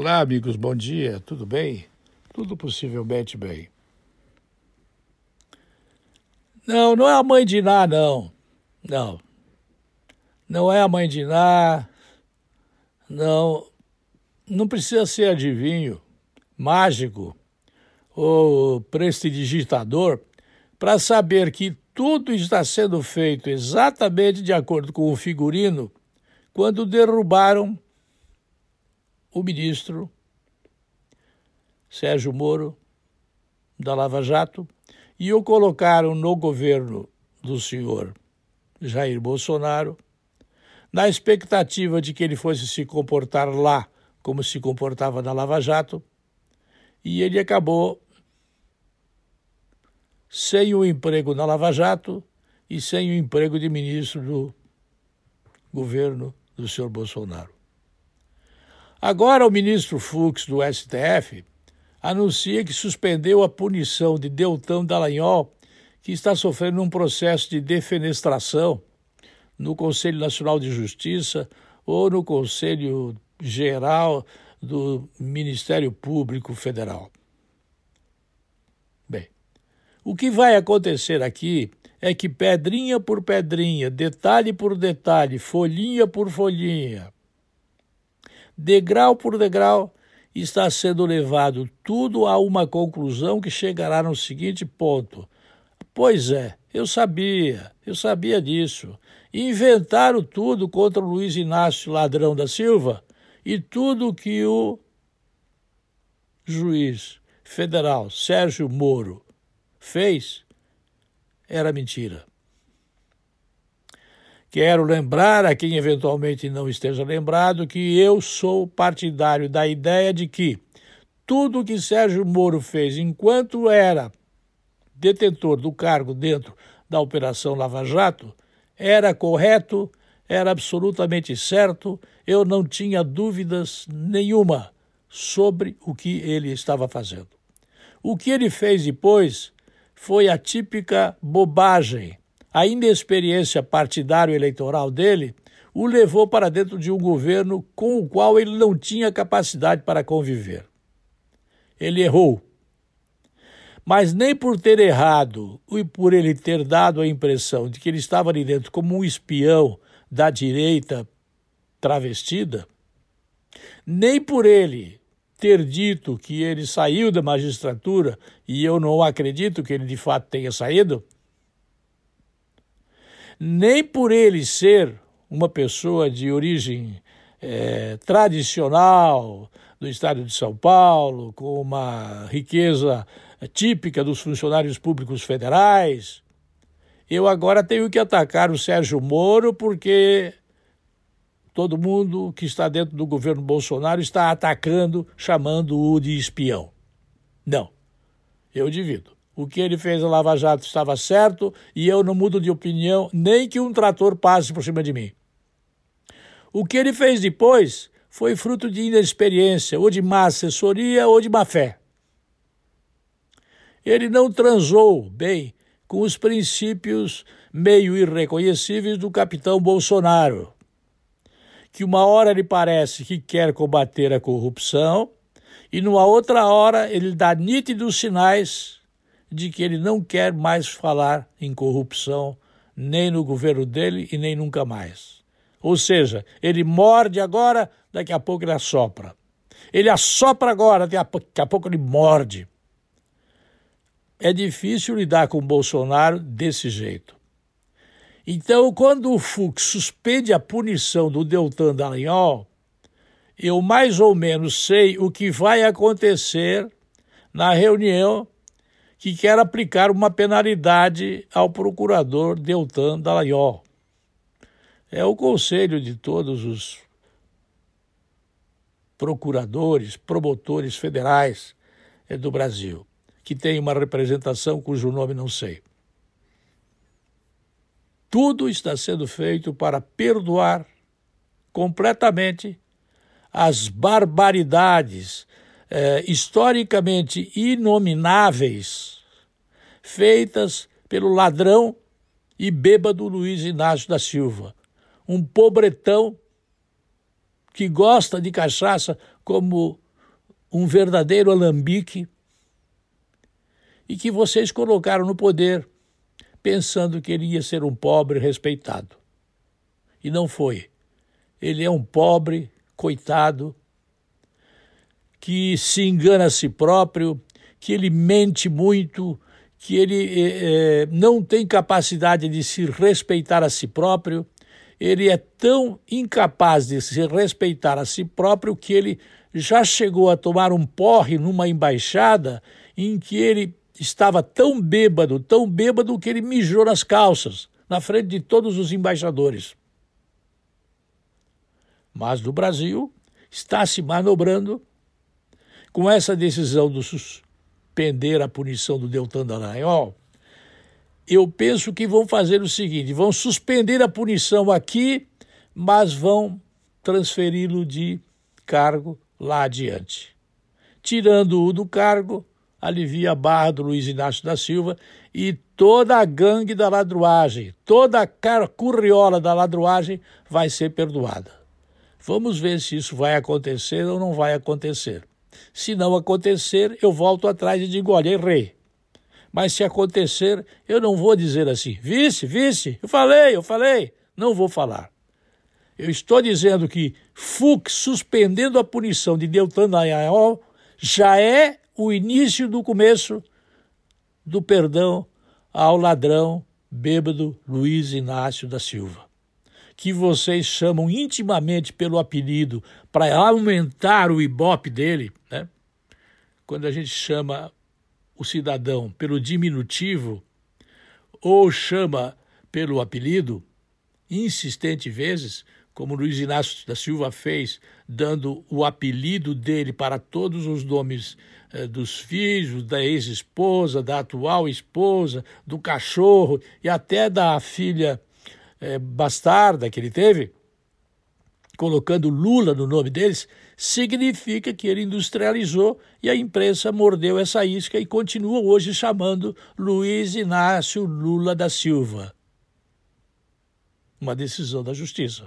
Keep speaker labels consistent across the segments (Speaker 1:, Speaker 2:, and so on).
Speaker 1: Olá, amigos, bom dia, tudo bem? Tudo possivelmente bem. Não é a mãe de Iná, não. Não, não é a mãe de Iná, não precisa ser adivinho, mágico ou prestidigitador para saber que tudo está sendo feito exatamente de acordo com o figurino quando derrubaram o ministro Sérgio Moro da Lava Jato e o colocaram no governo do senhor Jair Bolsonaro, na expectativa de que ele fosse se comportar lá como se comportava na Lava Jato, e ele acabou sem o emprego na Lava Jato e sem o emprego de ministro do governo do senhor Bolsonaro. Agora o ministro Fux do STF anuncia que suspendeu a punição de Deltan Dallagnol, que está sofrendo um processo de defenestração no Conselho Nacional de Justiça ou no Conselho Geral do Ministério Público Federal. Bem, o que vai acontecer aqui é que pedrinha por pedrinha, detalhe por detalhe, folhinha por folhinha, degrau por degrau, está sendo levado tudo a uma conclusão que chegará no seguinte ponto. Pois é, eu sabia disso. Inventaram tudo contra o Luiz Inácio Ladrão da Silva e tudo que o juiz federal Sérgio Moro fez era mentira. Quero lembrar a quem eventualmente não esteja lembrado que eu sou partidário da ideia de que tudo que Sérgio Moro fez enquanto era detentor do cargo dentro da Operação Lava Jato era correto, era absolutamente certo, eu não tinha dúvidas nenhuma sobre o que ele estava fazendo. O que ele fez depois foi a típica bobagem. A inexperiência partidário-eleitoral dele o levou para dentro de um governo com o qual ele não tinha capacidade para conviver. Ele errou. Mas nem por ter errado e por ele ter dado a impressão de que ele estava ali dentro como um espião da direita travestida, nem por ele ter dito que ele saiu da magistratura, e eu não acredito que ele de fato tenha saído, nem por ele ser uma pessoa de origem tradicional do estado de São Paulo, com uma riqueza típica dos funcionários públicos federais, eu agora tenho que atacar o Sérgio Moro porque todo mundo que está dentro do governo Bolsonaro está atacando, chamando-o de espião. Não, eu divido. O que ele fez na Lava Jato estava certo e eu não mudo de opinião nem que um trator passe por cima de mim. O que ele fez depois foi fruto de inexperiência, ou de má assessoria, ou de má fé. Ele não transou bem com os princípios meio irreconhecíveis do capitão Bolsonaro, que uma hora ele parece que quer combater a corrupção e numa outra hora ele dá nítidos sinais de que ele não quer mais falar em corrupção nem no governo dele e nem nunca mais. Ou seja, ele morde agora, daqui a pouco ele assopra. Ele assopra agora, daqui a pouco ele morde. É difícil lidar com o Bolsonaro desse jeito. Então, quando o Fux suspende a punição do Deltan Dallagnol, eu mais ou menos sei o que vai acontecer na reunião que quer aplicar uma penalidade ao procurador Deltan Dallagnol. É o conselho de todos os procuradores, promotores federais do Brasil, que tem uma representação cujo nome não sei. Tudo está sendo feito para perdoar completamente as barbaridades historicamente inomináveis feitas pelo ladrão e bêbado Luiz Inácio da Silva, um pobretão que gosta de cachaça como um verdadeiro alambique e que vocês colocaram no poder pensando que ele ia ser um pobre respeitado. E não foi. Ele é um pobre, coitado, que se engana a si próprio, que ele mente muito, que ele não tem capacidade de se respeitar a si próprio. Ele é tão incapaz de se respeitar a si próprio que ele já chegou a tomar um porre numa embaixada em que ele estava tão bêbado que ele mijou nas calças, na frente de todos os embaixadores. Mas no Brasil está se manobrando com essa decisão de suspender a punição do Deltan Dallagnol. Eu penso que vão fazer o seguinte: vão suspender a punição aqui, mas vão transferi-lo de cargo lá adiante. Tirando-o do cargo, alivia a barra do Luiz Inácio da Silva e toda a gangue da ladruagem, toda a curriola da ladruagem vai ser perdoada. Vamos ver se isso vai acontecer ou não vai acontecer. Se não acontecer, eu volto atrás e digo, olha, errei. Mas se acontecer, eu não vou dizer assim, vice, eu falei, não vou falar. Eu estou dizendo que Fux suspendendo a punição de Deltan Dallagnol já é o início do começo do perdão ao ladrão bêbado Luiz Inácio da Silva, que vocês chamam intimamente pelo apelido para aumentar o ibope dele, né? Quando a gente chama o cidadão pelo diminutivo ou chama pelo apelido, insistentes vezes, como Luiz Inácio da Silva fez, dando o apelido dele para todos os nomes dos filhos, da ex-esposa, da atual esposa, do cachorro e até da filha bastarda que ele teve, colocando Lula no nome deles, significa que ele industrializou e a imprensa mordeu essa isca e continua hoje chamando Luiz Inácio Lula da Silva. Uma decisão da Justiça.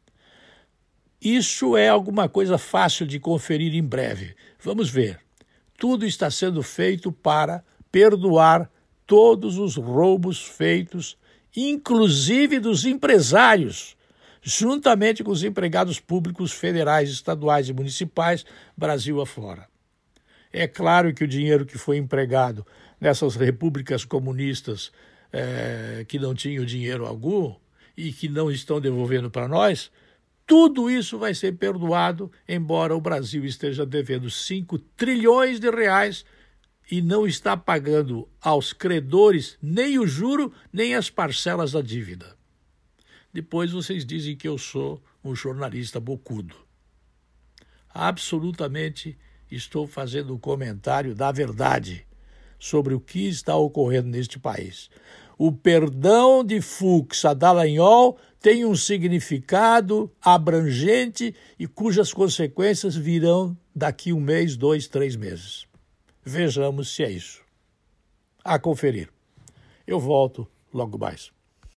Speaker 1: Isso é alguma coisa fácil de conferir em breve. Vamos ver. Tudo está sendo feito para perdoar todos os roubos feitos, inclusive dos empresários, juntamente com os empregados públicos federais, estaduais e municipais, Brasil afora. É claro que o dinheiro que foi empregado nessas repúblicas comunistas que não tinham dinheiro algum e que não estão devolvendo para nós, tudo isso vai ser perdoado, embora o Brasil esteja devendo 5 trilhões de reais e não está pagando aos credores nem o juro, nem as parcelas da dívida. Depois vocês dizem que eu sou um jornalista bocudo. Absolutamente estou fazendo um comentário da verdade sobre o que está ocorrendo neste país. O perdão de Fux a Dallagnol tem um significado abrangente e cujas consequências virão daqui 1 mês, 2, 3 meses. Vejamos se é isso. A conferir. Eu volto logo mais.